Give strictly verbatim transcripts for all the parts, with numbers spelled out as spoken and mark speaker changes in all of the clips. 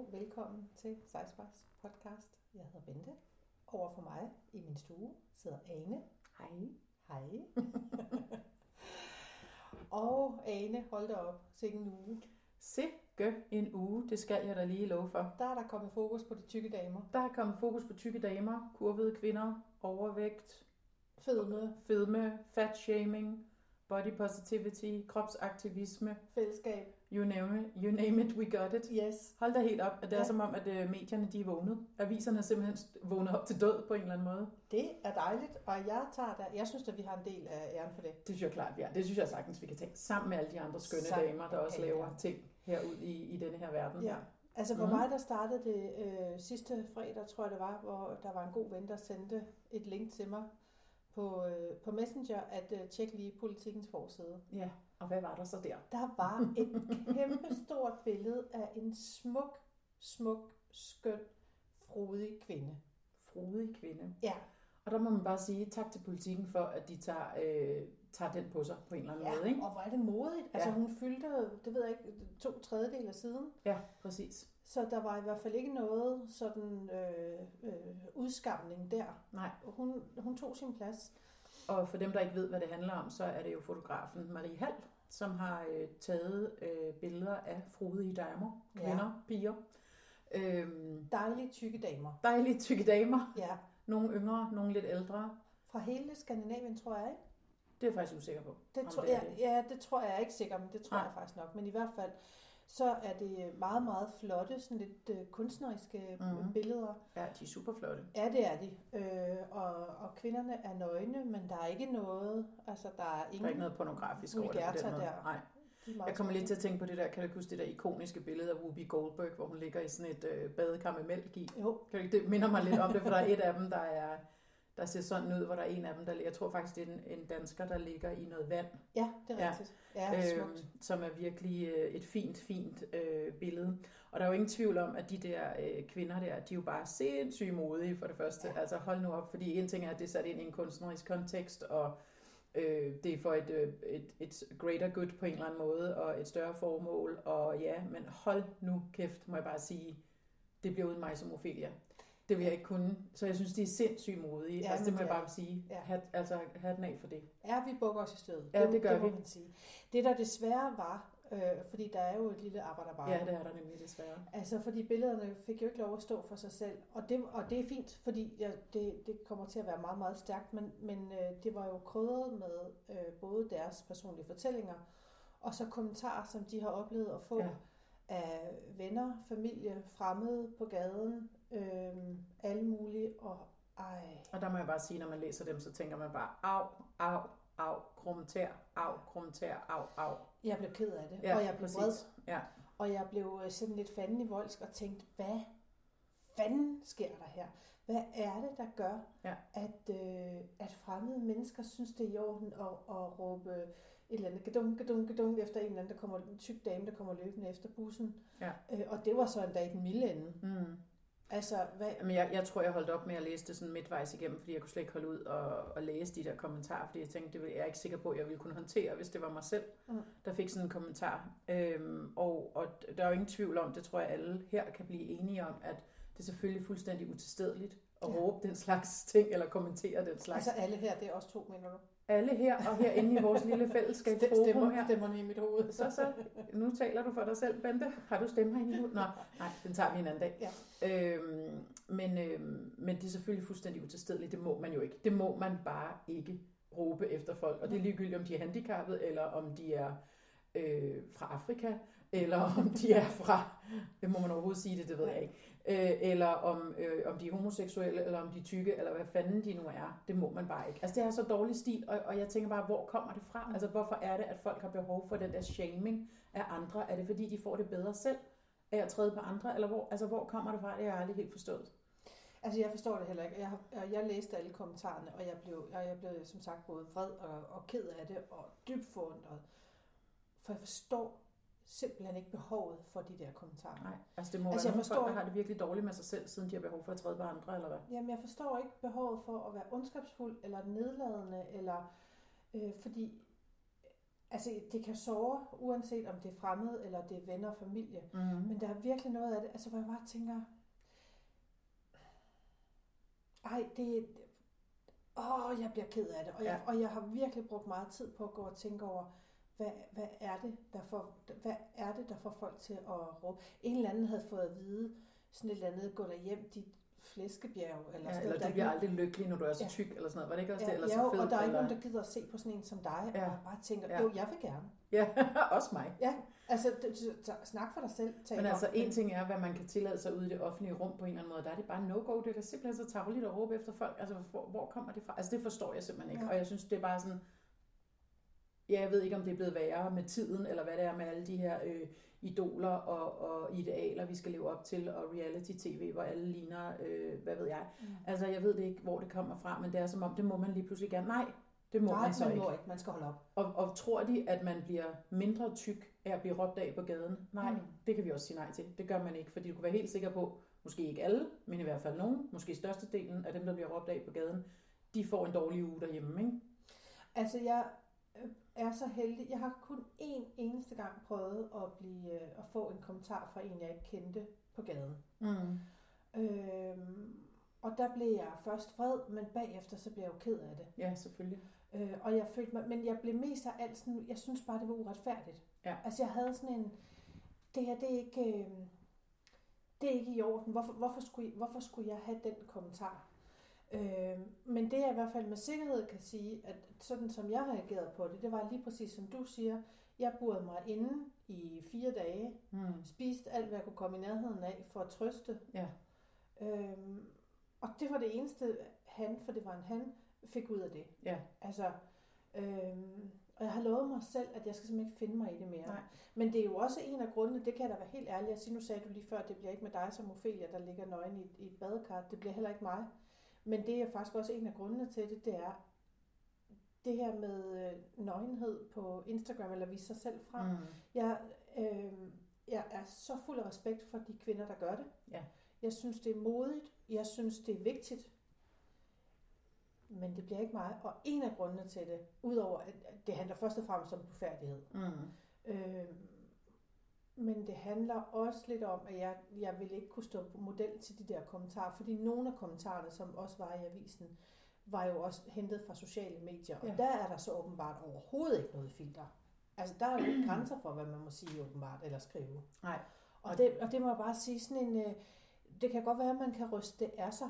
Speaker 1: og velkommen til Sejsbars podcast. Jeg hedder Bente. Over for mig i min stue sidder Ane.
Speaker 2: Hej.
Speaker 1: Hej. Og Ane, hold da op, sikke en uge.
Speaker 2: Sikke en uge, det skal jeg da lige love for.
Speaker 1: Der er der kommet fokus på de tykke damer.
Speaker 2: Der er kommet fokus på tykke damer, kurvede kvinder, overvægt,
Speaker 1: Fedme,
Speaker 2: fedme, fat shaming, body positivity, kropsaktivisme,
Speaker 1: fællesskab.
Speaker 2: you name it, you name it, we got it.
Speaker 1: Yes.
Speaker 2: Hold da helt op, at det er
Speaker 1: Ja.
Speaker 2: som om, at øh, medierne de er vågnet. Aviserne er simpelthen vågnet op til død på en eller anden måde.
Speaker 1: Det er dejligt, og jeg tager der. Jeg synes, at vi har en del af æren for det.
Speaker 2: Det synes jeg klart, vi har. Det synes jeg sagtens, vi kan tænke sammen med alle de andre skønne
Speaker 1: Sammen
Speaker 2: damer, der
Speaker 1: med
Speaker 2: også
Speaker 1: alle
Speaker 2: laver
Speaker 1: andre.
Speaker 2: ting herude i, i denne her verden.
Speaker 1: Ja. Altså for
Speaker 2: Mhm.
Speaker 1: mig, der startede det øh, sidste fredag, tror jeg det var, hvor der var en god ven, der sendte et link til mig på, øh, på Messenger, at øh, tjekke lige Politikens forside.
Speaker 2: Ja, og hvad var der så der?
Speaker 1: Der var et kæmpe stort billede af en smuk, smuk, skøn, frodig kvinde.
Speaker 2: Frodig kvinde.
Speaker 1: Ja,
Speaker 2: Og der må man bare sige tak til Politikken for, at de tager, øh, tager den på sig på en eller anden
Speaker 1: ja
Speaker 2: måde. Ikke?
Speaker 1: og hvor er det modigt. Altså
Speaker 2: Ja.
Speaker 1: hun fyldte, det ved jeg ikke, to tredjedel af siden.
Speaker 2: Ja, præcis.
Speaker 1: Så der var i hvert fald ikke noget sådan øh, øh, udskamning der.
Speaker 2: Nej.
Speaker 1: Hun, hun tog sin plads.
Speaker 2: Og for dem, der ikke ved, hvad det handler om, så er det jo fotografen Marie Hall, som har øh, taget øh, billeder af frodige damer, kvinder, ja. piger. Øhm,
Speaker 1: Dejlige tykke damer.
Speaker 2: dejlige tykke damer.
Speaker 1: Ja,
Speaker 2: Nogle yngre, nogle lidt ældre.
Speaker 1: fra hele Skandinavien, tror jeg, ikke?
Speaker 2: Det er jeg faktisk usikker på.
Speaker 1: Det
Speaker 2: om
Speaker 1: tror,
Speaker 2: det er
Speaker 1: ja,
Speaker 2: det.
Speaker 1: ja, det tror jeg, jeg er ikke sikker, men det tror
Speaker 2: Nej.
Speaker 1: jeg faktisk nok. Men i hvert fald, så er det meget, meget flotte, sådan lidt øh, kunstneriske
Speaker 2: Mhm.
Speaker 1: mm-hmm. billeder.
Speaker 2: Ja, de er super flotte.
Speaker 1: Ja, det er de. Øh, og, og kvinderne er nøgne, men der er ikke noget, altså der er ingen
Speaker 2: Der er ikke noget pornografisk over det på
Speaker 1: vulgærter
Speaker 2: den måde.
Speaker 1: der.
Speaker 2: Nej.
Speaker 1: De er meget
Speaker 2: Jeg kommer
Speaker 1: smukke.
Speaker 2: lidt til at tænke på det der, kan du ikke huske det der ikoniske billede af Whoopi Goldberg, hvor hun ligger i sådan et øh, badekar med mælk i?
Speaker 1: Jo,
Speaker 2: Kan du ikke- Det minder mig lidt om det, for der er et af dem, der er der ser sådan ud, hvor der er en af dem, der jeg tror faktisk, det er en, en dansker, der ligger i noget vand,
Speaker 1: ja, det er
Speaker 2: Ja.
Speaker 1: rigtigt. Ja, det er smukt.
Speaker 2: som er virkelig øh, et fint, fint øh, billede. Og der er jo ingen tvivl om, at de der øh, kvinder der, de er jo bare sindssygt modige for det første.
Speaker 1: Ja.
Speaker 2: Altså hold nu op, fordi en ting er, at det er sat ind i en kunstnerisk kontekst, og øh, det er for et, øh, et, et greater good på en eller anden måde, og et større formål, og ja, men hold nu kæft, må jeg bare sige, det bliver uden mig som Ophelia. Det vil jeg ikke kunne. Så jeg synes, de er sindssygt modige.
Speaker 1: Ja,
Speaker 2: Ja, altså,
Speaker 1: men
Speaker 2: det må jeg
Speaker 1: det er-
Speaker 2: bare sige.
Speaker 1: ja.
Speaker 2: Hat, altså, hatten af for det.
Speaker 1: Ja, vi bukker os i stødet.
Speaker 2: Ja, det gør
Speaker 1: det må
Speaker 2: vi.
Speaker 1: man sige. Det der desværre var, øh, fordi der er jo et lille arbejderbarn.
Speaker 2: Ja, det er der nemlig desværre.
Speaker 1: Altså, fordi billederne fik jo ikke lov at stå for sig selv. Og det, og det er fint, fordi ja, det, det kommer til at være meget, meget stærkt. Men, men øh, det var jo krydret med øh, både deres personlige fortællinger, og så kommentarer, som de har oplevet at få
Speaker 2: Ja.
Speaker 1: af venner, familie, fremmede på gaden, øh, alle mulige. Og ej,
Speaker 2: Og der må jeg bare sige, når man læser dem, så tænker man bare, au, au, au, krumtær, au, krumtær, au, au.
Speaker 1: jeg blev ked af det,
Speaker 2: Ja,
Speaker 1: og jeg blev
Speaker 2: præcis.
Speaker 1: vred.
Speaker 2: Ja.
Speaker 1: Og jeg blev øh, sådan lidt fanden i voldsk og tænkte, hvad fanden sker der her? Hvad er det, der gør,
Speaker 2: Ja.
Speaker 1: at, øh, at fremmede mennesker synes, det er i orden at, at råbe et eller andet gedung, gedung, gedung efter en eller anden, der kommer, en tyk dame, der kommer løbende efter bussen.
Speaker 2: Ja.
Speaker 1: Øh, og det var så endda i den milde ende.
Speaker 2: Mm.
Speaker 1: Altså, hvad,
Speaker 2: Men jeg, jeg tror, jeg holdt op med at læse det sådan midtvejs igennem, fordi jeg kunne slet ikke holde ud og, og læse de der kommentarer, fordi jeg tænkte, det ville jeg ikke sikker på, at jeg ville kunne håndtere, hvis det var mig selv,
Speaker 1: Mm.
Speaker 2: der fik sådan en kommentar. Øhm, og, og der er jo ingen tvivl om, det tror jeg alle her kan blive enige om, at det er selvfølgelig fuldstændig utilstedeligt at
Speaker 1: Ja.
Speaker 2: råbe den slags ting, eller kommentere den slags.
Speaker 1: altså alle her, det er også to, mener du?
Speaker 2: Alle her og herinde i vores lille fællesskab
Speaker 1: Stem-
Speaker 2: forum
Speaker 1: Stemmer,
Speaker 2: her.
Speaker 1: stemmerne i mit hoved.
Speaker 2: Så, så, nu taler du for dig selv, Bente. Har du stemmer inde i hovedet? Nå, nej, den tager vi en anden dag.
Speaker 1: Ja.
Speaker 2: Øhm, men, øhm, men det er selvfølgelig fuldstændig utilstedeligt. Det må man jo ikke. Det må man bare ikke råbe efter folk. Og det er ligegyldigt, om de er handicappede, eller om de er øh, fra Afrika, eller om de er fra, må man overhovedet sige det, det ved jeg ikke. Øh, eller om, øh, om de er homoseksuelle, eller om de er tykke, eller hvad fanden de nu er. Det må man bare ikke. Altså det er så dårlig stil, og, og jeg tænker bare, hvor kommer det fra? Altså hvorfor er det, at folk har behov for den der shaming af andre? Er det fordi, de får det bedre selv af at træde på andre? Eller hvor, altså, hvor kommer det fra? Det har jeg aldrig helt forstået.
Speaker 1: Altså, jeg forstår det heller ikke. Jeg, har, jeg læste alle kommentarerne, og jeg blev, jeg, jeg blev som sagt både vred og, og ked af det, og dybt forundret. For jeg forstår simpelthen ikke behovet for de der kommentarer.
Speaker 2: Nej, altså det må
Speaker 1: Altså,
Speaker 2: altså,
Speaker 1: jeg
Speaker 2: være nogle
Speaker 1: forstår
Speaker 2: folk, der
Speaker 1: ikke-
Speaker 2: har det virkelig dårligt med sig selv, siden de har behov for at træde på andre, eller hvad?
Speaker 1: Jamen, jeg forstår ikke behovet for at være ondskabsfuld, eller nedladende, eller øh, fordi altså det kan såre, uanset om det er fremmed, eller det er venner og familie.
Speaker 2: Mm.
Speaker 1: Men der er virkelig noget af det, altså hvor jeg bare tænker, ej, det åh, jeg bliver ked af det, og jeg, ja. og jeg har virkelig brugt meget tid på at gå og tænke over, hvad, hvad er det, der får, hvad er det, der får folk til at råbe. En eller anden havde fået at vide, sådan et eller andet, gå derhjem, dit flæskebjerg, eller
Speaker 2: ja,
Speaker 1: sådan
Speaker 2: eller
Speaker 1: noget.
Speaker 2: du bliver aldrig lykkelig, når du er så tyk, ja. eller sådan noget. Var det ikke også
Speaker 1: ja,
Speaker 2: det? Eller
Speaker 1: ja,
Speaker 2: så fed,
Speaker 1: og der er ikke
Speaker 2: eller...
Speaker 1: nogen, der gider at se på sådan en som dig, ja. og bare tænker,
Speaker 2: ja.
Speaker 1: jo, jeg vil gerne.
Speaker 2: Ja, også mig.
Speaker 1: Ja, altså, snak for dig selv.
Speaker 2: Men altså, en ting er, hvad man kan tillade sig ude i det offentlige rum på en eller anden måde. Der er det bare no-go. Det er da simpelthen så tarveligt at råbe efter folk. Altså, hvor, hvor kommer det fra? Altså, det forstår jeg simpelthen ikke. Ja. Og jeg synes, det er bare sådan... Ja, jeg ved ikke, om det er blevet værre med tiden, eller hvad det er med alle de her øh, idoler og, og idealer, vi skal leve op til, og reality-tv, hvor alle ligner, øh, hvad ved jeg. Mm. Altså, jeg ved det ikke, hvor det kommer fra, men det er som om, det må man lige pludselig gerne. Nej, det må
Speaker 1: Nej,
Speaker 2: man så
Speaker 1: man
Speaker 2: ikke.
Speaker 1: må ikke. Man skal holde op.
Speaker 2: Og, og tror de, at man bliver mindre tyk af at blive råbt af på gaden? Nej, mm. det kan vi også sige nej til. Det gør man ikke, fordi du kan være helt sikker på, måske ikke alle, men i hvert fald nogen, måske størstedelen af dem, der bliver råbt af på gaden, de får en dårlig uge derhjemme, ikke?
Speaker 1: Altså, jeg er så heldig. Jeg har kun én eneste gang prøvet at, blive, at få en kommentar fra en, jeg ikke kendte på gaden. Mm. Øhm, og der blev jeg først vred, men bagefter så blev jeg jo ked af det.
Speaker 2: Ja, selvfølgelig.
Speaker 1: Øh, og jeg følte mig, men jeg blev mest af alt sådan, jeg synes bare, det var uretfærdigt.
Speaker 2: Ja.
Speaker 1: Altså, jeg havde sådan en, det her, det er ikke, øh, det er ikke i orden. Hvorfor, hvorfor, skulle, hvorfor skulle jeg have den kommentar? Øh, men det jeg i hvert fald med sikkerhed kan sige, at sådan som jeg reagerede på det, det var lige præcis som du siger, jeg burede mig inde i fire dage, mm. spiste alt, hvad jeg kunne komme i nærheden af for at trøste. Ja. Øh, og det var det eneste han, for det var en han, fik ud af det. Ja. Altså, øh, og jeg har lovet mig selv, at jeg skal simpelthen ikke finde mig i det mere. Nej. Men det er jo også en af grundene, det kan jeg da være helt ærlig at sige, nu sagde du lige før, at det bliver ikke med dig som Ophelia, der ligger nøgen i, i et badekar, det bliver heller ikke mig. Men det er faktisk også en af grundene til det, det er det her med øh, nøgenhed på Instagram, eller vise sig selv frem. Mm. Jeg, øh, jeg er så fuld af respekt for de kvinder, der gør det. Ja. Jeg synes, det er modigt. Jeg synes, det er vigtigt. Men det bliver ikke mig. Og en af grundene til det, udover at det handler først og fremmest om blufærdighed. Mm. Øh, men det handler også lidt om, at jeg, jeg vil ikke kunne stå på model til de der kommentarer, fordi nogle af kommentarerne, som også var i avisen, var jo også hentet fra sociale medier, og ja. Der er der så åbenbart overhovedet ikke noget filter. Altså, der er jo ikke grænser for, hvad man må sige åbenbart, eller skrive. Nej. Og det, og det må jeg bare sige, sådan en, det kan godt være, at man kan ryste det af sig,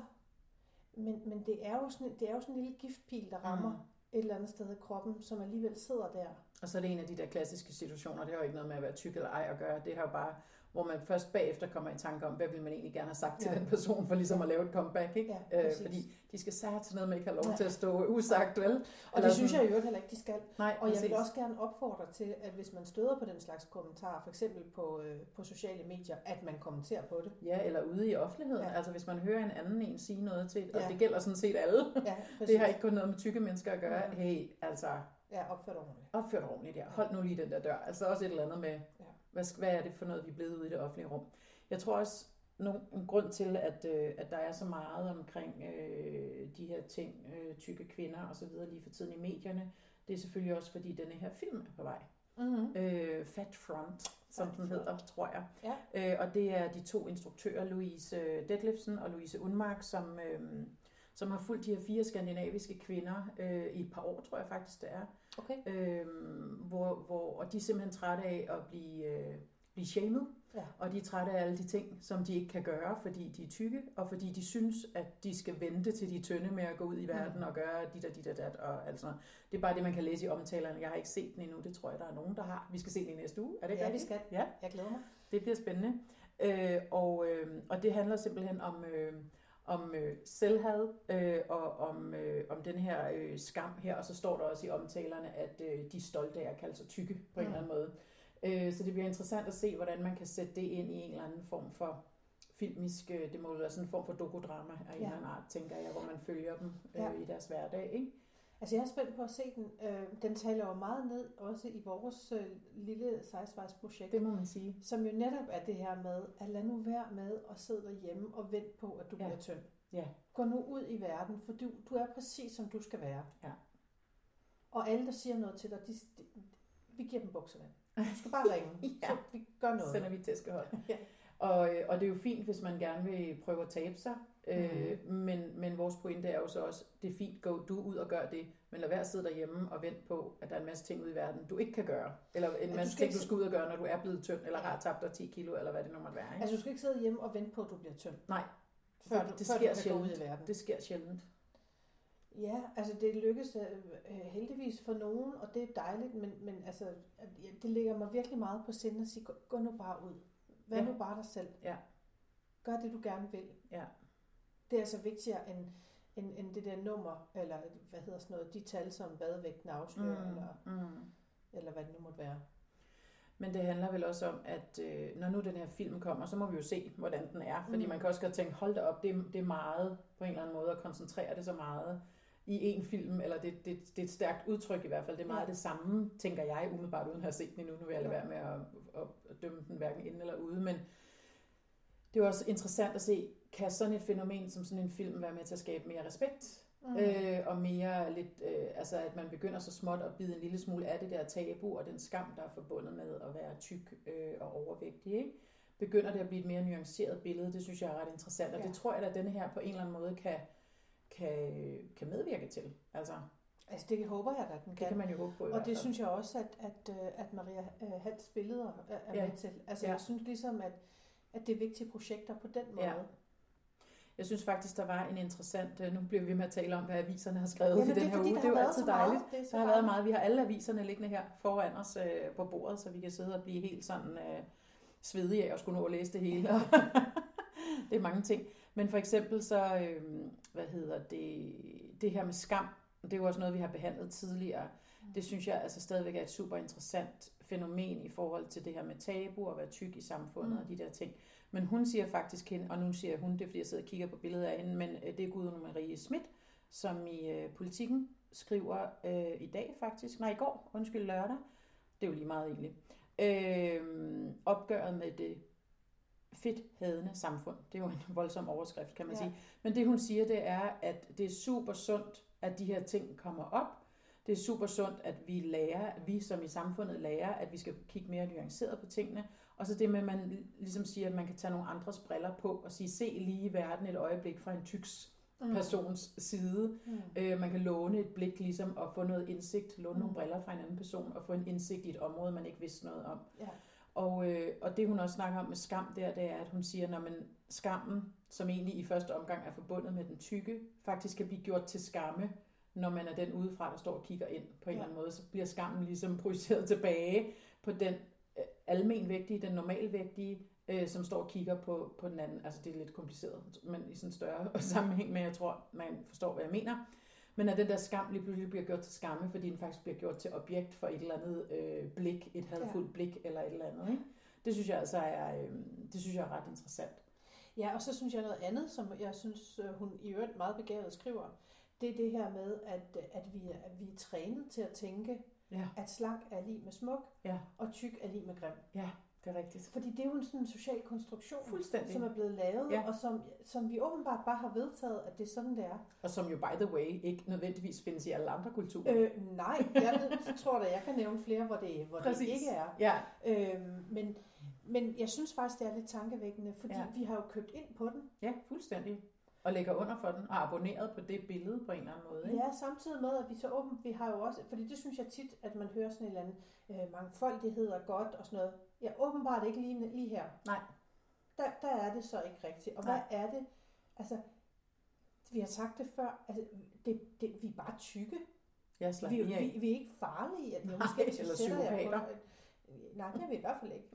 Speaker 1: men, men det, er jo sådan, det er jo sådan en lille giftpil, der rammer mm. et eller andet sted i kroppen, som alligevel sidder der. Og
Speaker 2: så er det en af de der klassiske situationer, det har jo ikke noget med at være tyk eller ej at gøre, det har jo bare, hvor man først bagefter kommer i tanke om, hvad vil man egentlig gerne have sagt til ja. Den person, for ligesom at lave et comeback, ikke? Ja, øh, fordi de skal sætte til noget, man ikke har lov ja. Til at stå usagt, vel?
Speaker 1: Og eller det synes jeg jo heller ikke, de skal.
Speaker 2: Nej,
Speaker 1: og jeg vil også gerne opfordre til, at hvis man støder på den slags kommentarer, for eksempel på, øh, på sociale medier, at man kommenterer på det.
Speaker 2: Ja, eller ude i offentligheden. Ja. Altså hvis man hører en anden en sige noget til, og ja. Det gælder sådan set alle. Ja, det har ikke kun noget med tykke mennesker at gøre. Ja. Hey, altså...
Speaker 1: Ja, opfør dig ordentligt.
Speaker 2: Opfør dig ordentligt, ja. Hold nu lige den der dør. Altså også et eller andet med, ja. hvad, hvad er det for noget, vi er blevet ude i det offentlige rum. Jeg tror også, nogen, en grund til, at, øh, at der er så meget omkring øh, de her ting, øh, tykke kvinder og så videre lige for tiden i medierne, det er selvfølgelig også, fordi denne her film er på vej. Mm-hmm. Øh, Fat Front, som Fat den hedder, front. Tror jeg. Ja. Øh, og det er de to instruktører, Louise Detlefsen og Louise Unmark, som... Øh, som har fulgt de her fire skandinaviske kvinder øh, i et par år, tror jeg faktisk det er. Okay. Øhm, hvor, hvor, og de er simpelthen trætte af at blive, øh, blive shamed, ja. Og de er trætte af alle de ting, som de ikke kan gøre, fordi de er tykke, og fordi de synes, at de skal vente til de er tynde med at gå ud i verden mm. og gøre dit og dit og dat og alt sådan noget. Det er bare det, man kan læse i omtalerne. Jeg har ikke set den endnu, det tror jeg, der er nogen, der har. Vi skal se den i næste uge. Er det ikke
Speaker 1: ja,
Speaker 2: rigtigt?
Speaker 1: Vi skal.
Speaker 2: Ja,
Speaker 1: jeg glæder mig.
Speaker 2: Det bliver spændende. Øh, og, øh, og det handler simpelthen om... Øh, om øh, selvhad øh, og om, øh, om den her øh, skam her, og så står der også i omtalerne, at øh, de er stolte af at kalde sig tykke på en mm. eller anden måde. Øh, så det bliver interessant at se, hvordan man kan sætte det ind i en eller anden form for filmisk, øh, det må være sådan en form for dokudrama af ja. En eller anden art, tænker jeg, hvor man følger dem øh, ja. I deres hverdag, ikke?
Speaker 1: Altså jeg er spændt på at se den. Øh, den taler jo meget ned, også i vores øh, lille sejsvejsprojekt.
Speaker 2: Det må man sige.
Speaker 1: Som jo netop er det her med, at lad nu være med at sidde derhjemme og vente på, at du ja. Bliver tynd. Ja. Gå nu ud i verden, for du, du er præcis som du skal være. Ja. Og alle, der siger noget til dig, de, de, vi giver dem buksevand. Du skal bare ringe,
Speaker 2: ja.
Speaker 1: så vi gør noget.
Speaker 2: Sender vi tæskehold.
Speaker 1: ja.
Speaker 2: Og, og det er jo fint, hvis man gerne vil prøve at tabe sig,
Speaker 1: Mm-hmm.
Speaker 2: øh, men, men vores pointe er jo så også, det er fint, gå du ud og gør det, men lad være at sidde derhjemme og vente på, at der er en masse ting ude i verden, du ikke kan gøre, eller en
Speaker 1: ja,
Speaker 2: masse
Speaker 1: du
Speaker 2: ting,
Speaker 1: ikke...
Speaker 2: du skal ud og gøre, når du er blevet tynd, eller
Speaker 1: ja.
Speaker 2: har tabt dig ti kilo, eller hvad det nu måtte være. Ikke?
Speaker 1: Altså du skal ikke sidde hjemme og vente på, at du bliver tynd.
Speaker 2: Nej,
Speaker 1: før du,
Speaker 2: det
Speaker 1: før
Speaker 2: sker
Speaker 1: du kan gå ud
Speaker 2: sjældent.
Speaker 1: i verden.
Speaker 2: Det sker sjældent.
Speaker 1: Ja, altså det lykkes øh, heldigvis for nogen, og det er dejligt, men, men altså, ja, det ligger mig virkelig meget på sinde at sige, gå, gå nu bare ud. Vær
Speaker 2: Ja.
Speaker 1: nu bare dig selv.
Speaker 2: Ja.
Speaker 1: Gør det, du gerne vil.
Speaker 2: Ja.
Speaker 1: Det er altså vigtigere end, end, end det der nummer, eller hvad hedder sådan noget, de tal, som badevægten afslører,
Speaker 2: Mm,
Speaker 1: eller,
Speaker 2: mm.
Speaker 1: eller hvad det nu måtte være.
Speaker 2: Men det handler vel også om, at øh, når nu den her film kommer, så må vi jo se, hvordan den er. Fordi
Speaker 1: Mm.
Speaker 2: man kan også godt tænke, hold da op, det er, det er meget på en eller anden måde at koncentrere det så meget i en film, eller det, det, det er et stærkt udtryk i hvert fald. Det er meget
Speaker 1: Ja.
Speaker 2: det samme, tænker jeg, umiddelbart uden at have set den endnu. Nu vil jeg lade
Speaker 1: Ja.
Speaker 2: være med at, at, at dømme den hverken inde eller ude. Men det er jo også interessant at se, kan sådan et fænomen som sådan en film være med til at skabe mere respekt?
Speaker 1: Mm.
Speaker 2: Øh, og mere lidt, øh, altså at man begynder så småt at bide en lille smule af det der tabu og den skam, der er forbundet med at være tyk øh, og overvægtig, ikke? Begynder det at blive et mere nuanceret billede, det synes jeg er ret interessant, og
Speaker 1: Ja.
Speaker 2: det tror jeg, at denne her på en eller anden måde kan, kan, kan medvirke til. Altså,
Speaker 1: Altså det håber jeg, at den
Speaker 2: det
Speaker 1: kan.
Speaker 2: kan man jo håbe på i
Speaker 1: Og
Speaker 2: hvert
Speaker 1: det
Speaker 2: fald.
Speaker 1: synes jeg også, at, at, øh, at Maria øh, Halls billeder er, er
Speaker 2: Ja.
Speaker 1: med til. Altså
Speaker 2: Ja.
Speaker 1: jeg synes ligesom, at, at det er vigtige projekter på den måde.
Speaker 2: Ja. Jeg synes faktisk, der var en interessant, nu bliver vi ved med at tale om, hvad aviserne har skrevet
Speaker 1: Jamen,
Speaker 2: i den
Speaker 1: det er
Speaker 2: her
Speaker 1: fordi,
Speaker 2: uge.
Speaker 1: der
Speaker 2: Det er
Speaker 1: har
Speaker 2: jo
Speaker 1: været
Speaker 2: altid
Speaker 1: så meget.
Speaker 2: dejligt.
Speaker 1: Det er så
Speaker 2: Der har været
Speaker 1: dejligt.
Speaker 2: meget. Vi har alle aviserne liggende her foran os øh, på bordet, så vi kan sidde og blive helt sådan øh, svedige af at skulle nå at læse det hele. Det er mange ting. Men for eksempel så, øh, hvad hedder det, det her med skam, det er jo også noget, vi har behandlet tidligere. Det synes jeg altså stadigvæk er et super interessant fænomen i forhold til det her med tabu og være tyk i samfundet mm. og de der ting. Men hun siger faktisk hende, og nu siger hun det, fordi jeg sidder og kigger på billedet af hende, men øh, det er Gudrun Marie Schmidt, som i øh, Politikken skriver øh, i dag faktisk, nej i går, undskyld lørdag, det er jo lige meget egentlig, øh, opgøret med det fedthadende samfund. Det er jo en voldsom overskrift, kan man ja. sige. Men det hun siger, det er, at det er super sundt, at de her ting kommer op. Det er super sundt, at vi lærer, at vi som i samfundet lærer, at vi skal kigge mere nuanceret på tingene. Og så det med, at man ligesom siger, at man kan tage nogle andres briller på og sige, se lige verden et øjeblik fra en tyks persons mm. side. Mm. Øh, man kan låne et blik ligesom og få noget indsigt, låne mm. nogle briller fra en anden person og få en indsigt i et område, man ikke vidste noget om.
Speaker 1: Ja.
Speaker 2: Og, øh, og det hun også snakker om med skam der, det er, at hun siger, når man skammen, som egentlig i første omgang er forbundet med den tykke, faktisk kan blive gjort til skamme, når man er den udefra, der står og kigger ind på en ja. eller anden måde, så bliver skammen ligesom projiceret tilbage på den øh, almenvægtige, den normalvægtige, øh, som står og kigger på, på den anden. Altså det er lidt kompliceret, men i sådan en større sammenhæng med, jeg tror, man forstår, hvad jeg mener. Men at den der skam lige pludselig bliver gjort til skamme, fordi den faktisk bliver gjort til objekt for et eller andet øh, blik, et hadfuldt ja. blik eller et eller andet. Ikke? Det synes jeg altså er, øh, det synes jeg er ret interessant.
Speaker 1: Ja, og så synes jeg noget andet, som jeg synes, hun i øvrigt meget begavet skriver, det er det her med, at, at, vi, er, at vi er trænet til at tænke,
Speaker 2: ja.
Speaker 1: at slank er lige med smuk,
Speaker 2: ja.
Speaker 1: og tyk er lige med grim.
Speaker 2: Ja, det er rigtigt.
Speaker 1: Fordi det er jo sådan en social konstruktion,
Speaker 2: Fuldstændig.
Speaker 1: som er blevet lavet, ja. og som, som vi åbenbart bare har vedtaget, at det er sådan, det er.
Speaker 2: Og som jo, by the way, ikke nødvendigvis findes i alle andre kulturer.
Speaker 1: Øh, nej, jeg tror da, jeg kan nævne flere, hvor det, hvor det ikke er.
Speaker 2: Ja.
Speaker 1: Øh, men, men jeg synes faktisk, det er lidt tankevækkende, fordi ja. vi har jo købt ind på den.
Speaker 2: Ja, fuldstændig. Og lægger under for den, og abonneret på det billede på en eller anden måde. Ikke?
Speaker 1: Ja, samtidig med, at vi så åbent, vi har jo også, fordi det synes jeg tit, at man hører sådan en eller anden øh, mangfoldighed og godt og sådan noget. Ja, åbenbart ikke lige, lige her.
Speaker 2: Nej.
Speaker 1: Der, der er det så ikke rigtigt. Og Nej. Hvad er det? Altså, vi har sagt det før, altså, det, det, vi er bare tykke.
Speaker 2: Jeg
Speaker 1: vi, vi, vi, vi er ikke farlige. At,
Speaker 2: Nej,
Speaker 1: måske,
Speaker 2: eller psykopater.
Speaker 1: Nej, det er vi i hvert fald ikke.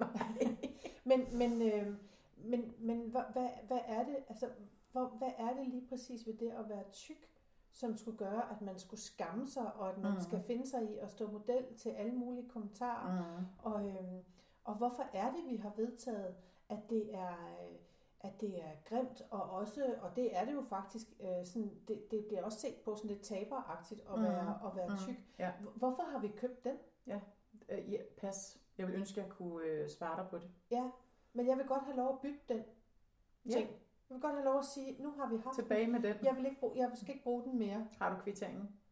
Speaker 1: men men, øh, men, men hvad, hvad, hvad er det, altså, hvor, hvad er det lige præcis ved det at være tyk, som skulle gøre, at man skulle skamme sig, og at man mm. skal finde sig i at stå model til alle mulige kommentarer. Mm. Og, øhm, og hvorfor er det, vi har vedtaget, at det er, at det er grimt, og også, og det er det jo faktisk, øh, sådan, det, det bliver også set på sådan lidt taberagtigt at være, mm. at være tyk. Mm. Ja. Hvorfor har vi købt den?
Speaker 2: Ja, øh, ja pas. Jeg vil ønske, at jeg kunne øh, svare dig på det.
Speaker 1: Ja, men jeg vil godt have lov at bygge den ting. Ja. Jeg vil godt have lov at sige, nu har vi haft
Speaker 2: Tilbage med den.
Speaker 1: Jeg, vil ikke bruge, jeg skal ikke bruge den mere.
Speaker 2: Har du kvitteringen?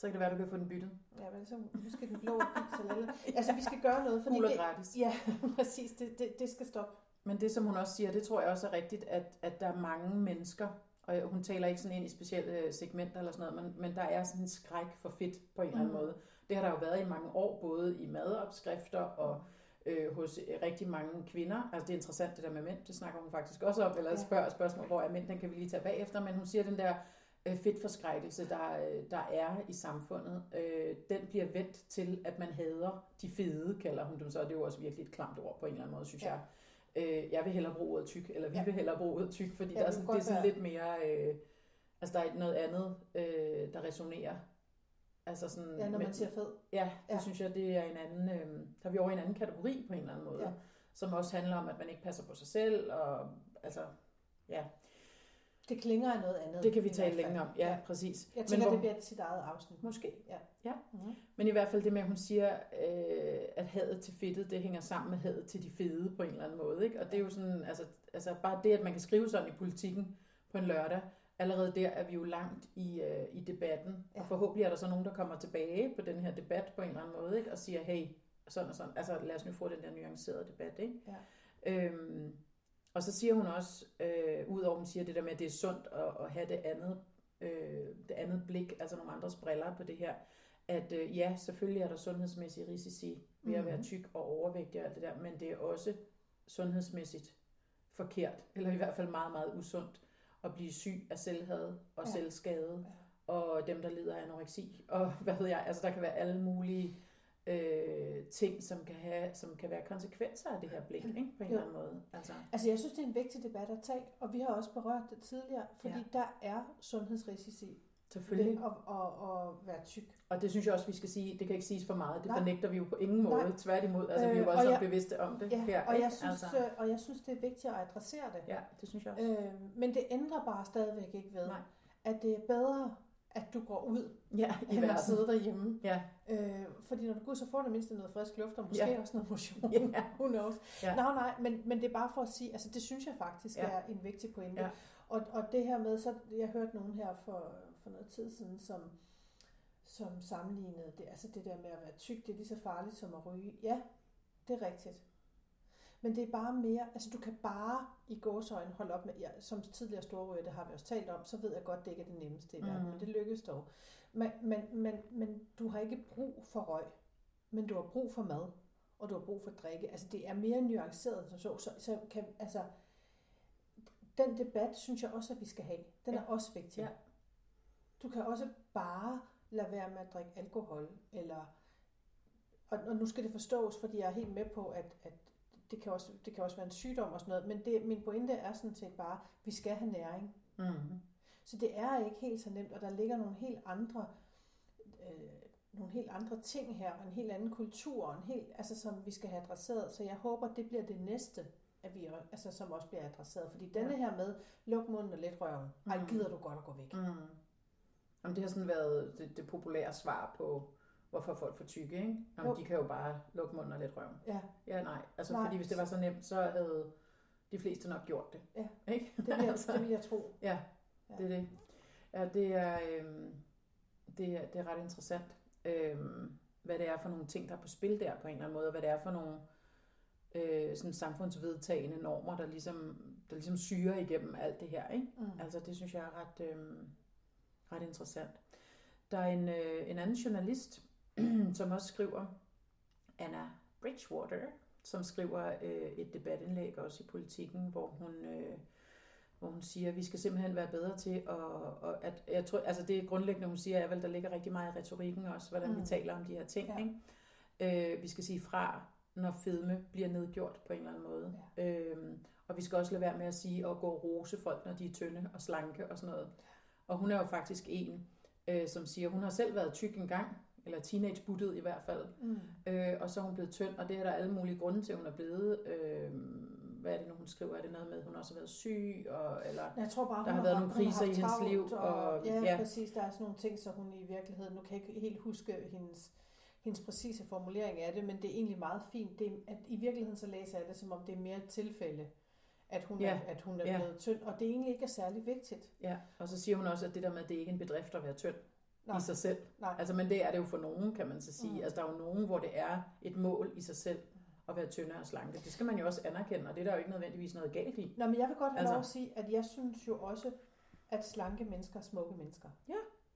Speaker 2: Så kan det være, du kan få den byttet.
Speaker 1: Ja, men så måske den blå pils eller eller. Altså, vi skal gøre noget, fordi
Speaker 2: Gul og
Speaker 1: det,
Speaker 2: gratis.
Speaker 1: ja, præcis, det, det, det skal stoppe.
Speaker 2: Men det, som hun også siger, det tror jeg også er rigtigt, at, at der er mange mennesker, og hun taler ikke sådan ind i specielle segmenter eller sådan noget, men, men der er sådan en skræk for fedt på en eller anden
Speaker 1: Mm.
Speaker 2: måde. Det har der jo været i mange år, både i madopskrifter og øh, hos rigtig mange kvinder. Altså det er interessant det der med mænd, det snakker hun faktisk også om, eller
Speaker 1: Ja.
Speaker 2: spørger spørgsmål, hvor er mænd, den kan vi lige tage bagefter, men hun siger den der øh, fedtforskrækkelse, der, øh, der er i samfundet, øh, den bliver vendt til, at man hader de fede, kalder hun dem så, og det er jo også virkelig et klamt ord på en eller anden måde, synes
Speaker 1: Ja.
Speaker 2: jeg. Øh, jeg vil hellere bruge ordet tyk, eller vi
Speaker 1: Ja.
Speaker 2: vil hellere bruge ordet tyk, fordi
Speaker 1: Ja,
Speaker 2: der er
Speaker 1: det
Speaker 2: sådan,
Speaker 1: kan
Speaker 2: det er
Speaker 1: godt
Speaker 2: sådan
Speaker 1: være.
Speaker 2: lidt mere, øh, altså der er noget andet, øh, der resonerer. Altså sådan,
Speaker 1: Ja, når
Speaker 2: men-
Speaker 1: man siger fed.
Speaker 2: Ja, det
Speaker 1: Ja.
Speaker 2: synes jeg, det er en anden, øh, der er vi over i en anden kategori på en eller anden måde,
Speaker 1: Ja.
Speaker 2: som også handler om, at man ikke passer på sig selv, og altså, ja,
Speaker 1: Det klinger af noget andet.
Speaker 2: det kan vi
Speaker 1: i
Speaker 2: tale
Speaker 1: hvert fald.
Speaker 2: længe om, ja, præcis.
Speaker 1: Jeg tænker,
Speaker 2: hvor-
Speaker 1: det bliver sit eget afsnit.
Speaker 2: Måske.
Speaker 1: Ja.
Speaker 2: Ja.
Speaker 1: Mm-hmm.
Speaker 2: Men i hvert fald det med, at hun siger, øh, at hadet til fedtet, det hænger sammen med hadet til de fede på en eller anden måde, ikke? Og det er jo sådan, altså, altså bare det, at man kan skrive sådan i Politikken på en lørdag, allerede der er vi jo langt i, øh, i debatten,
Speaker 1: Ja.
Speaker 2: og forhåbentlig er der så nogen, der kommer tilbage på den her debat på en eller anden måde, ikke? Og siger, hey, sådan og sådan, altså lad os nu få den der nuancerede debat, ikke?
Speaker 1: Ja.
Speaker 2: Øhm, og så siger hun også, øh, udover hun siger det der med, at det er sundt at, at have det andet, øh, det andet blik, altså nogle andres briller på det her, at øh, ja, selvfølgelig er der sundhedsmæssige risici ved at være
Speaker 1: Mhm.
Speaker 2: tyk og overvægtig og alt det der, men det er også sundhedsmæssigt forkert, eller i hvert fald meget, meget usundt at blive syg af selvhad og
Speaker 1: Ja.
Speaker 2: selvskade,
Speaker 1: Ja.
Speaker 2: og dem, der lider af anoreksi, og hvad ved jeg, altså der kan være alle mulige øh, ting, som kan, have, som kan være konsekvenser af det her blik, ikke? På en
Speaker 1: Jo.
Speaker 2: eller anden måde. Altså,
Speaker 1: Altså, jeg synes, det er en vigtig debat at tage, og vi har også berørt det tidligere, fordi
Speaker 2: Ja.
Speaker 1: der er sundhedsrisici
Speaker 2: selvfølgelig.
Speaker 1: ved at, at, at være tyk.
Speaker 2: Og det synes jeg også, vi skal sige, det kan ikke siges for meget, det
Speaker 1: Nej.
Speaker 2: fornægter vi jo på ingen måde,
Speaker 1: Nej.
Speaker 2: tværtimod, altså vi er jo
Speaker 1: Øh, og
Speaker 2: voldsomt
Speaker 1: jeg-
Speaker 2: bevidste om det
Speaker 1: Ja,
Speaker 2: her,
Speaker 1: og,
Speaker 2: ikke?
Speaker 1: jeg synes,
Speaker 2: altså,
Speaker 1: øh, og jeg synes, det er vigtigt at adressere det.
Speaker 2: ja, det synes jeg også.
Speaker 1: Øh, men det ændrer bare stadigvæk ikke ved,
Speaker 2: Nej.
Speaker 1: at det er bedre, at du går ud,
Speaker 2: Ja, i
Speaker 1: end at
Speaker 2: verden.
Speaker 1: sidde derhjemme.
Speaker 2: Ja,
Speaker 1: Øh, fordi når du går ud, så får du mindst noget frisk luft, og måske
Speaker 2: Ja.
Speaker 1: også noget motion.
Speaker 2: Ja.
Speaker 1: Who knows?
Speaker 2: Ja.
Speaker 1: Nå, nej, men, men det er bare for at sige, altså det synes jeg faktisk
Speaker 2: Ja.
Speaker 1: er en vigtig pointe.
Speaker 2: Ja.
Speaker 1: Og, og det her med, så jeg hørte nogen her for, for noget tid siden, som, som sammenlignede det, altså det der med at være tyk, det er lige så farligt som at ryge. Ja, det er rigtigt. Men det er bare mere, altså du kan bare i gåseøjne holde op med, ja, som tidligere storryger, det har vi også talt om, så ved jeg godt, det ikke er det nemmeste i verden,
Speaker 2: Mhm.
Speaker 1: men det lykkes dog. Men, men, men, men du har ikke brug for røg, men du har brug for mad, og du har brug for drikke. Altså det er mere nuanceret som så, så, så kan, altså den debat synes jeg også, at vi skal have. Den
Speaker 2: Ja.
Speaker 1: er også vigtig.
Speaker 2: Ja.
Speaker 1: Du kan også bare lade være med at drikke alkohol, eller, og, og nu skal det forstås, fordi jeg er helt med på, at, at det, kan også, det kan også være en sygdom og sådan noget, men det, min pointe er sådan set bare, at vi skal have næring.
Speaker 2: mm-hmm.
Speaker 1: Så det er ikke helt så nemt, og der ligger nogle helt andre, øh, nogle helt andre ting her, og en helt anden kultur, og en helt, altså, som vi skal have adresseret. Så jeg håber, det bliver det næste, at vi, altså, som også bliver adresseret. Fordi denne
Speaker 2: Ja.
Speaker 1: her med, luk munden og let røven, ej,
Speaker 2: Mhm.
Speaker 1: gider du godt at gå væk.
Speaker 2: Mm. Jamen, det har sådan været det, det populære svar på, hvorfor folk får tykke, ikke? Jamen,
Speaker 1: Jo.
Speaker 2: de kan jo bare lukke munden og lidt røven.
Speaker 1: Ja,
Speaker 2: Ja, nej. Altså,
Speaker 1: Nej.
Speaker 2: fordi hvis det var så nemt, så havde de fleste nok gjort det.
Speaker 1: Ja.
Speaker 2: Ikke?
Speaker 1: det vil jeg,
Speaker 2: Altså,
Speaker 1: det vil jeg tro.
Speaker 2: Ja,
Speaker 1: Ja.
Speaker 2: det er det. Ja, det er, øhm, det er, det er ret interessant, øhm, hvad det er for nogle ting, der er på spil der på en eller anden måde, og hvad det er for nogle øh, sådan samfundsvedtagende normer, der ligesom, der ligesom syrer igennem alt det her, ikke?
Speaker 1: Mm.
Speaker 2: Altså, det synes jeg er ret, øhm, ret interessant. Der er en, øh, en anden journalist, som også skriver, Anna Bridgewater, som skriver øh, et debatindlæg også i Politikken, hvor hun, øh, hvor hun siger, at vi skal simpelthen være bedre til at, og at jeg tror, altså det grundlæggende, hun siger, er vel, der ligger rigtig meget i retorikken også, hvordan mm. vi
Speaker 1: Mm.
Speaker 2: taler om de her ting,
Speaker 1: Ja.
Speaker 2: ikke? Øh, vi skal sige fra, når fedme bliver nedgjort på en eller anden måde. Ja. Øhm, og vi skal også lade være med at sige at gå og rose folk, når de er tynde og slanke og sådan noget. Og hun er jo faktisk en, øh, som siger, hun har selv været tyk engang, eller teenage-buttet i hvert fald,
Speaker 1: Mm.
Speaker 2: øh, og så er hun blevet tynd, og det er der alle mulige grunde til, hun er blevet. Øh, hvad er det nu, hun skriver? Er det noget med, at hun også har været syg? Og, eller,
Speaker 1: Jeg tror bare,
Speaker 2: Der
Speaker 1: hun
Speaker 2: har været
Speaker 1: haft-
Speaker 2: nogle
Speaker 1: hun har
Speaker 2: kriser i
Speaker 1: haft
Speaker 2: hendes
Speaker 1: travlt,
Speaker 2: liv, og-
Speaker 1: ja,
Speaker 2: ja.
Speaker 1: præcis, der er sådan nogle ting, så hun i virkeligheden, nu kan jeg ikke helt huske hendes, hendes præcise formulering af det, men det er egentlig meget fint, det er, at i virkeligheden så læser jeg det, som om det er mere et tilfælde, at hun,
Speaker 2: Ja.
Speaker 1: er, at hun er
Speaker 2: Ja.
Speaker 1: blevet tynd, og det egentlig ikke er særlig vigtigt.
Speaker 2: ja, og så siger hun også, at det der med, at det ikke er en bedrift at være tynd. Nej. I sig selv.
Speaker 1: Nej.
Speaker 2: Altså, men det er det jo for nogen, kan man så sige. Mm. Altså, der er jo nogen, hvor det er et mål i sig selv at være tyndere og slanke. Det skal man jo også anerkende, og det er der jo ikke nødvendigvis noget galt i.
Speaker 1: Nå, men jeg vil godt have altså. lov at sige, at jeg synes jo også, at slanke mennesker er smukke mennesker.
Speaker 2: Ja.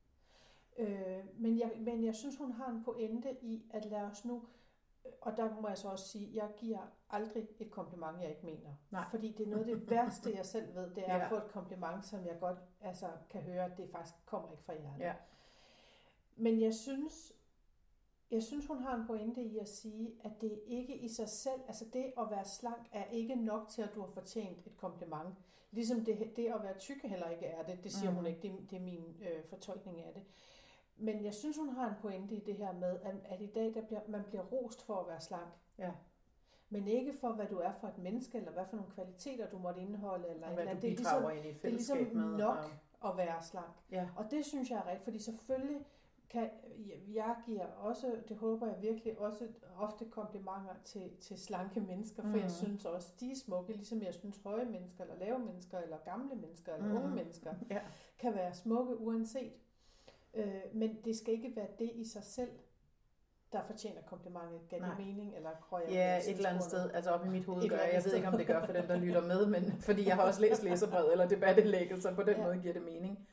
Speaker 1: Øh, men, jeg, men jeg synes, hun har en pointe i, at lad os nu, og der må jeg så også sige, jeg giver aldrig et kompliment, jeg ikke mener.
Speaker 2: Nej.
Speaker 1: Fordi det er noget af det værste, jeg selv ved, det er
Speaker 2: ja.
Speaker 1: at få et kompliment, som jeg godt altså, kan høre, at det faktisk kommer ikke fra hjertet.
Speaker 2: Ja.
Speaker 1: Men jeg synes, jeg synes, hun har en pointe i at sige, at det ikke i sig selv, altså det at være slank er ikke nok til, at du har fortjent et kompliment. Ligesom det, det at være tyk heller ikke er det. Det siger mm. hun ikke, det, det er min øh, fortolkning af det. Men jeg synes, hun har en pointe i det her med, at, at i dag der bliver, man bliver rost for at være slank.
Speaker 2: Ja.
Speaker 1: Men ikke for, hvad du er for et menneske, eller hvad for nogle kvaliteter, du måtte indeholde. Eller
Speaker 2: hvad
Speaker 1: eller
Speaker 2: du bidrager ind i et fællesskab med.
Speaker 1: Det er ligesom nok og... at være slank.
Speaker 2: Ja.
Speaker 1: Og det synes jeg er rigtigt, fordi selvfølgelig kan, jeg giver også, det håber jeg virkelig, også ofte komplimenter til, til slanke mennesker, for mm. jeg synes også, de er smukke, ligesom jeg synes høje mennesker, eller lave mennesker, eller gamle mennesker, eller mm. unge mennesker,
Speaker 2: ja.
Speaker 1: kan være smukke uanset. Øh, men det skal ikke være det i sig selv, der fortjener komplimentet. Gav det mening, eller krøj jeg
Speaker 2: ja, et eller andet sted, altså op i mit hoved gør jeg. Jeg ved ikke, om det gør for dem, der lytter med, men fordi jeg har også læst læserbrevet eller debatindlægget, så på den ja. måde giver det mening.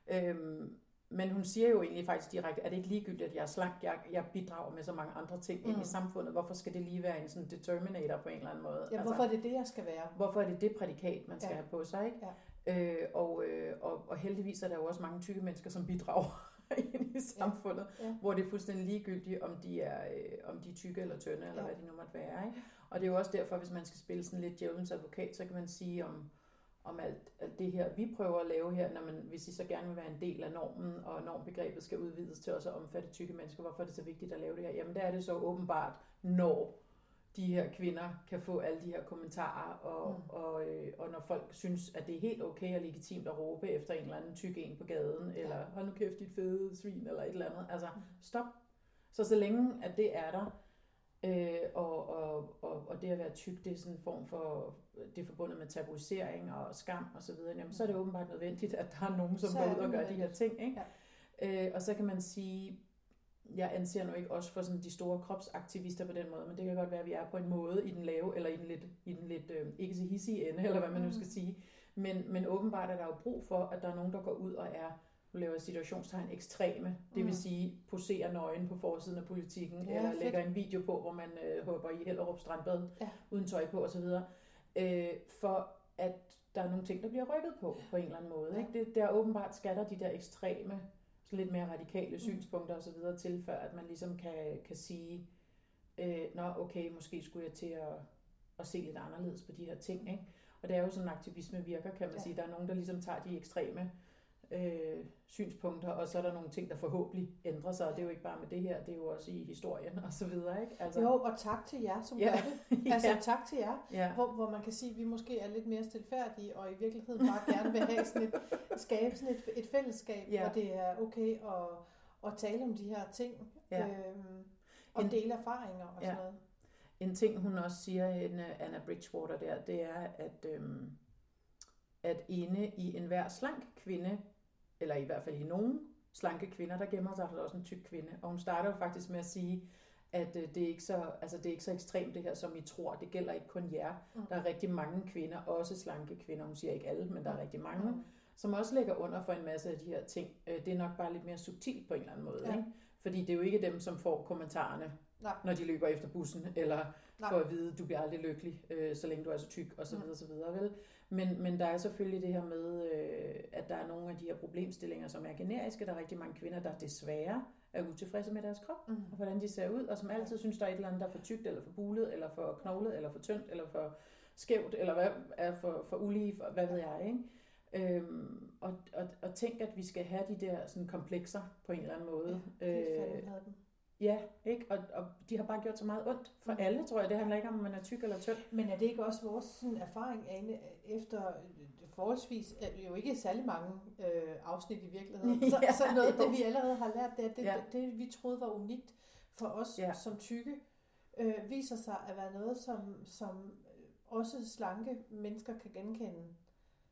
Speaker 2: Øhm, men hun siger jo egentlig faktisk direkte, at det ikke ligegyldigt, at jeg er slank, jeg, jeg bidrager med så mange andre ting mm. ind i samfundet. Hvorfor skal det lige være en sådan determinator på en eller anden måde?
Speaker 1: Ja, altså, hvorfor er det det, jeg skal være?
Speaker 2: Hvorfor er det det prædikat, man skal ja. have på sig, ikke?
Speaker 1: Ja.
Speaker 2: Øh, og, øh, og, og heldigvis er der jo også mange tykke mennesker, som bidrager ind i samfundet, ja. Ja. Hvor det er fuldstændig ligegyldigt, om de er, øh, om de er tykke eller tynde, eller ja. hvad de nu måtte være. Ikke? Og det er jo også derfor, hvis man skal spille sådan lidt djævelens advokat, så kan man sige om, om alt, alt det her, vi prøver at lave her, når man, hvis I så gerne vil være en del af normen, og normbegrebet skal udvides til også at omfatte tykke mennesker, hvorfor er det så vigtigt at lave det her? Jamen der er det så åbenbart, når de her kvinder kan få alle de her kommentarer, og, mm. og, øh, og når folk synes, at det er helt okay og legitimt at råbe efter en eller anden tyk en på gaden, ja. eller hold nu kæft, dit fede svin, eller et eller andet. Altså, stop. Så så længe, at det er der, øh, og, og, og, og det at være tyk, det er sådan en form for, det er forbundet med tabuisering og skam og så videre, jamen, så er det åbenbart nødvendigt, at der er nogen, som går ud og gør de her ting. Ikke? Ja. Øh, og så kan man sige, jeg anser nu ikke også for sådan de store kropsaktivister på den måde, men det kan godt være, at vi er på en måde i den lave, eller i den lidt, i den lidt øh, ikke så hissige ende, eller hvad man nu skal sige. Men, men åbenbart er der jo brug for, at der er nogen, der går ud og er, nu laver jeg situationstegn, ekstreme. Det vil sige, poserer nøgen på forsiden af Politikken, ja, eller fedt. Lægger en video på, hvor man øh, hopper i Hellerup Strandbad, ja. uden tøj på osv. Øh, for at der er nogle ting, der bliver rykket på, på en eller anden måde. Ja. Ikke? Det, der åbenbart skatter de der ekstreme, lidt mere radikale synspunkter og så videre til, før at man ligesom kan, kan sige, øh, nå okay, måske skulle jeg til at, at se lidt anderledes på de her ting, ikke? Og det er jo sådan, aktivisme virker, kan man ja. sige. Der er nogen, der ligesom tager de ekstreme øh, synspunkter, og så er der nogle ting, der forhåbentlig ændrer sig, og det er jo ikke bare med det her, det er jo også i historien og så videre, ikke? Altså...
Speaker 1: Jo, og tak til jer, som ja. gør det. Altså ja. tak til jer, ja. hvor, hvor man kan sige, at vi måske er lidt mere stilfærdige, og i virkeligheden bare gerne vil have sådan et, skabe sådan et, et fællesskab, ja. hvor det er okay at, at tale om de her ting, ja. øhm, og en, dele erfaringer og ja. sådan noget.
Speaker 2: En ting, hun også siger, Anna Bridgewater der, det er, at, øhm, at inde i enhver slank kvinde, eller i hvert fald i nogen slanke kvinder, der gemmer sig der også en tyk kvinde. Og hun starter jo faktisk med at sige, at det er ikke så, altså det er ikke så ekstremt det her, som I tror. Det gælder ikke kun jer. Mm. Der er rigtig mange kvinder, også slanke kvinder. Hun siger ikke alle, men der er rigtig mange, mm. som også ligger under for en masse af de her ting. Det er nok bare lidt mere subtilt på en eller anden måde. Ja. Ikke? Fordi det er jo ikke dem, som får kommentarerne, Nej. når de løber efter bussen, eller Nej. for at vide, du bliver aldrig lykkelig, øh, så længe du er så tyk, og så videre, så videre, vel? Men, men der er selvfølgelig det her med, øh, at der er nogle af de her problemstillinger, som er generiske. Der er rigtig mange kvinder, der desværre er utilfredse med deres krop, mm. og hvordan de ser ud, og som altid synes, der er et eller andet, der er for tykt, eller for bulet, eller for knoglet, eller for tyndt, eller for skævt, eller hvad er for, for ulige, for, hvad ved jeg, ikke? Øhm, og, og, og tænk, at vi skal have de der sådan, komplekser på en eller anden måde.
Speaker 1: Ja, øh, dem.
Speaker 2: Ja, ikke? Og, og de har bare gjort så meget ondt for mm. alle, tror jeg. Det handler ikke om, om man er tyk eller tynd.
Speaker 1: Men er det ikke også vores sådan, erfaring, Ane, efter forholdsvis, jo ikke særlig mange øh, afsnit i virkeligheden, så, ja, så noget af det, vi allerede har lært, det, det, ja. det, det vi troede var unikt for os ja. som tykke, øh, viser sig at være noget, som, som også slanke mennesker kan genkende.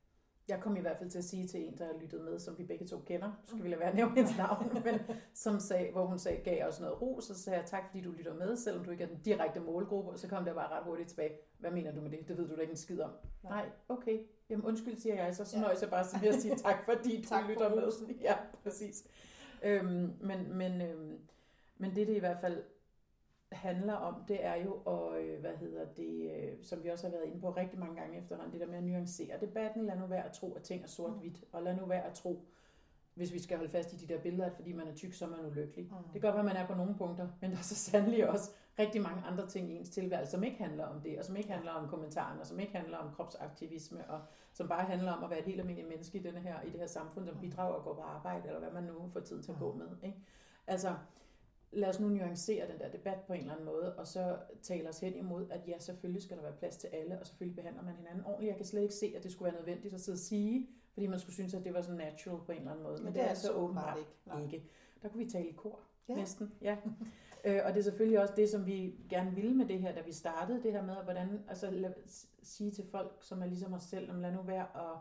Speaker 2: Jeg kom i hvert fald til at sige til en, der lyttede med, som vi begge to kender, så skal vi lade være at nævne hendes navn, men som sagde, hvor hun sagde, gav os noget ros, og så sagde jeg, tak fordi du lytter med, selvom du ikke er den direkte målgruppe, og så kom der bare ret hurtigt tilbage. Hvad mener du med det? Det ved du da ikke en skid om. Nej, Nej okay. Jamen undskyld, siger jeg, så, så ja. nøjes jeg bare til at sige tak, fordi du tak lytter med. Ja, præcis. Øhm, men, men, øhm, men det, det i hvert fald handler om, det er jo, og øh, hvad hedder det, øh, som vi også har været inde på rigtig mange gange efterhånden, det der med at nuancere debatten. Lad nu være at tro, at ting er sort-hvidt, og lad nu være at tro, hvis vi skal holde fast i de der billeder, at fordi man er tyk, så er man ulykkelig. Mm. Det kan godt være, man er på nogle punkter, men der er så sandelig også rigtig mange andre ting i ens tilværelse, som ikke handler om det, og som ikke handler om kommentarerne, og som ikke handler om kropsaktivisme, og som bare handler om at være et helt almindeligt menneske i, denne her, i det her samfund, som bidrager at gå på arbejde, eller hvad man nu får tiden til at gå med. Ikke? Altså, lad os nu nuancere den der debat på en eller anden måde, og så tale os hen imod, at ja, selvfølgelig skal der være plads til alle, og selvfølgelig behandler man hinanden ordentligt. Jeg kan slet ikke se, at det skulle være nødvendigt at sidde og sige, fordi man skulle synes, at det var så natural på en eller anden måde. Men, Men det, det er så åbenbart ikke. ikke. Der kunne vi tale i kor, ja. næsten. Ja. øh, og det er selvfølgelig også det, som vi gerne ville med det her, da vi startede det her med, at hvordan, altså lad, sige til folk, som er ligesom os selv, lad nu være at,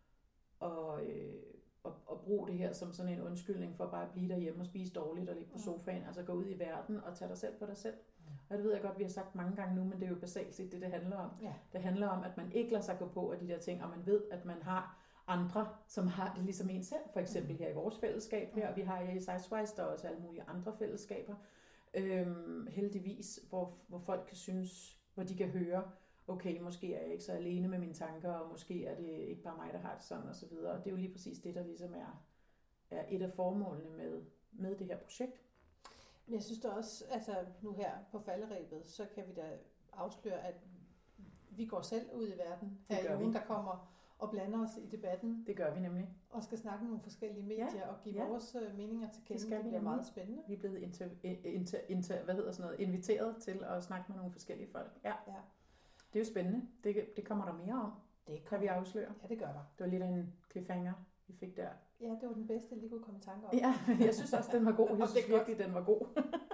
Speaker 2: og, øh, at, at bruge det her som sådan en undskyldning for bare at blive derhjemme og spise dårligt og ligge på sofaen, altså gå ud i verden og tage dig selv på dig selv. Og det ved jeg godt, vi har sagt mange gange nu, men det er jo basalt set det, det handler om. Ja. Det handler om, at man ikke lader sig gå på af de der ting, og man ved, at man har andre, som har det ligesom en selv. For eksempel her i vores fællesskab her, og vi har i Sizewise, der er også alle mulige andre fællesskaber, øhm, heldigvis, hvor, hvor folk kan synes, hvor de kan høre, okay, måske er jeg ikke så alene med mine tanker, og måske er det ikke bare mig, der har det sådan, og så videre. Og det er jo lige præcis det, der ligesom er, er et af formålene med, med det her projekt.
Speaker 1: Men jeg synes da også, altså nu her på falderebet, så kan vi da afsløre, at vi går selv ud i verden. Her er nogen, der kommer og blander os i debatten.
Speaker 2: Det gør vi nemlig.
Speaker 1: Og skal snakke med nogle forskellige medier ja, og give ja. vores meninger til kende. Det,
Speaker 2: det
Speaker 1: bliver meget spændende.
Speaker 2: Vi er blevet inter, inter, inter, hvad hedder sådan noget, inviteret til at snakke med nogle forskellige folk. Ja. ja. Det er jo spændende. Det, det kommer der mere om. Det kan vi afsløre.
Speaker 1: Ja, det gør der.
Speaker 2: Det var lidt af en cliffhanger, vi fik der.
Speaker 1: Ja, det var den bedste, jeg lige kunne komme i tanke om.
Speaker 2: Ja, jeg synes også, den var god. Jeg synes virkelig, den var god.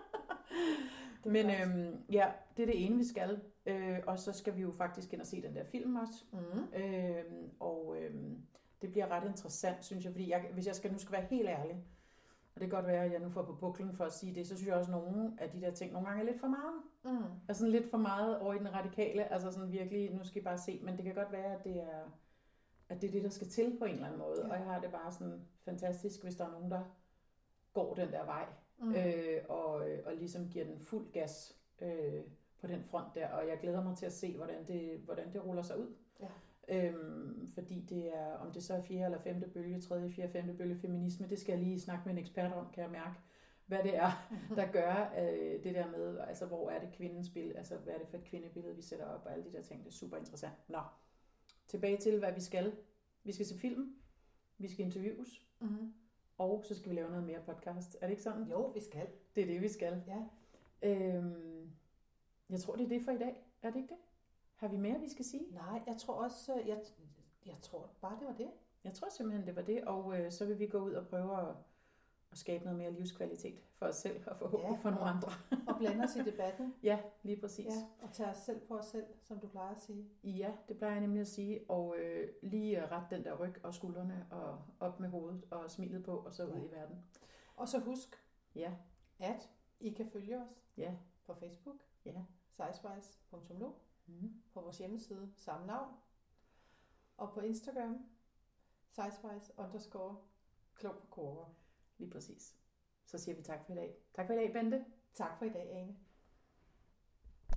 Speaker 2: Men øhm, ja, det er det ene, vi skal. Øh, og så skal vi jo faktisk ind og se den der film også. Mm. Øhm, og øhm, det bliver ret interessant, synes jeg. Fordi jeg, hvis jeg skal, nu skal være helt ærlig, og det kan godt være, at jeg nu får på buklen for at sige det, så synes jeg også, at nogle af de der ting nogle gange er lidt for meget. Mm. Altså sådan lidt for meget over i den radikale. Altså sådan virkelig, nu skal I bare se. Men det kan godt være, at det er, at det er det, der skal til på en eller anden måde. Ja. Og jeg har det bare sådan fantastisk, hvis der er nogen, der går den der vej. Mm. Øh, og, og ligesom giver den fuld gas øh, på den front der, og jeg glæder mig til at se, hvordan det, hvordan det ruller sig ud. Ja. Øhm, fordi det er, om det så er fjerde eller femte bølge, tredje, fjerde, femte bølge feminisme, det skal jeg lige snakke med en ekspert om, kan jeg mærke, hvad det er, der gør øh, det der med, altså hvor er det kvindens billede, altså hvad er det for et kvindebillede, vi sætter op, og alle de der ting, det er super interessant. Nå, tilbage til, hvad vi skal. Vi skal se film, vi skal interviews, mm-hmm. og så skal vi lave noget mere podcast. Er det ikke sådan?
Speaker 1: Jo, vi skal.
Speaker 2: Det er det, vi skal.
Speaker 1: Ja.
Speaker 2: Øhm, jeg tror, det er det for i dag. Er det ikke det? Har vi mere, vi skal sige?
Speaker 1: Nej, jeg tror også, jeg, jeg tror bare, det var det.
Speaker 2: Jeg tror simpelthen, det var det, og øh, så vil vi gå ud og prøve at, at skabe noget mere livskvalitet for os selv, og forhåbentlig ja, for nogle andre.
Speaker 1: Og blande os i debatten.
Speaker 2: Ja, lige præcis.
Speaker 1: Ja, og tage os selv på os selv, som du plejer at sige.
Speaker 2: Ja, det plejer jeg nemlig at sige, og øh, lige rette den der ryg og skuldrene, og op med hovedet, og smilet på, og så ud ja. i verden.
Speaker 1: Og så husk,
Speaker 2: ja.
Speaker 1: at I kan følge os
Speaker 2: ja.
Speaker 1: på Facebook,
Speaker 2: ja.
Speaker 1: sizewise punktum nu,
Speaker 2: mm.
Speaker 1: på vores hjemmeside, samme navn, og på Instagram, sizewise underscore klog på kurver.
Speaker 2: Lige præcis. Så siger vi tak for i dag. Tak for i dag, Bente.
Speaker 1: Tak for i dag, Ane.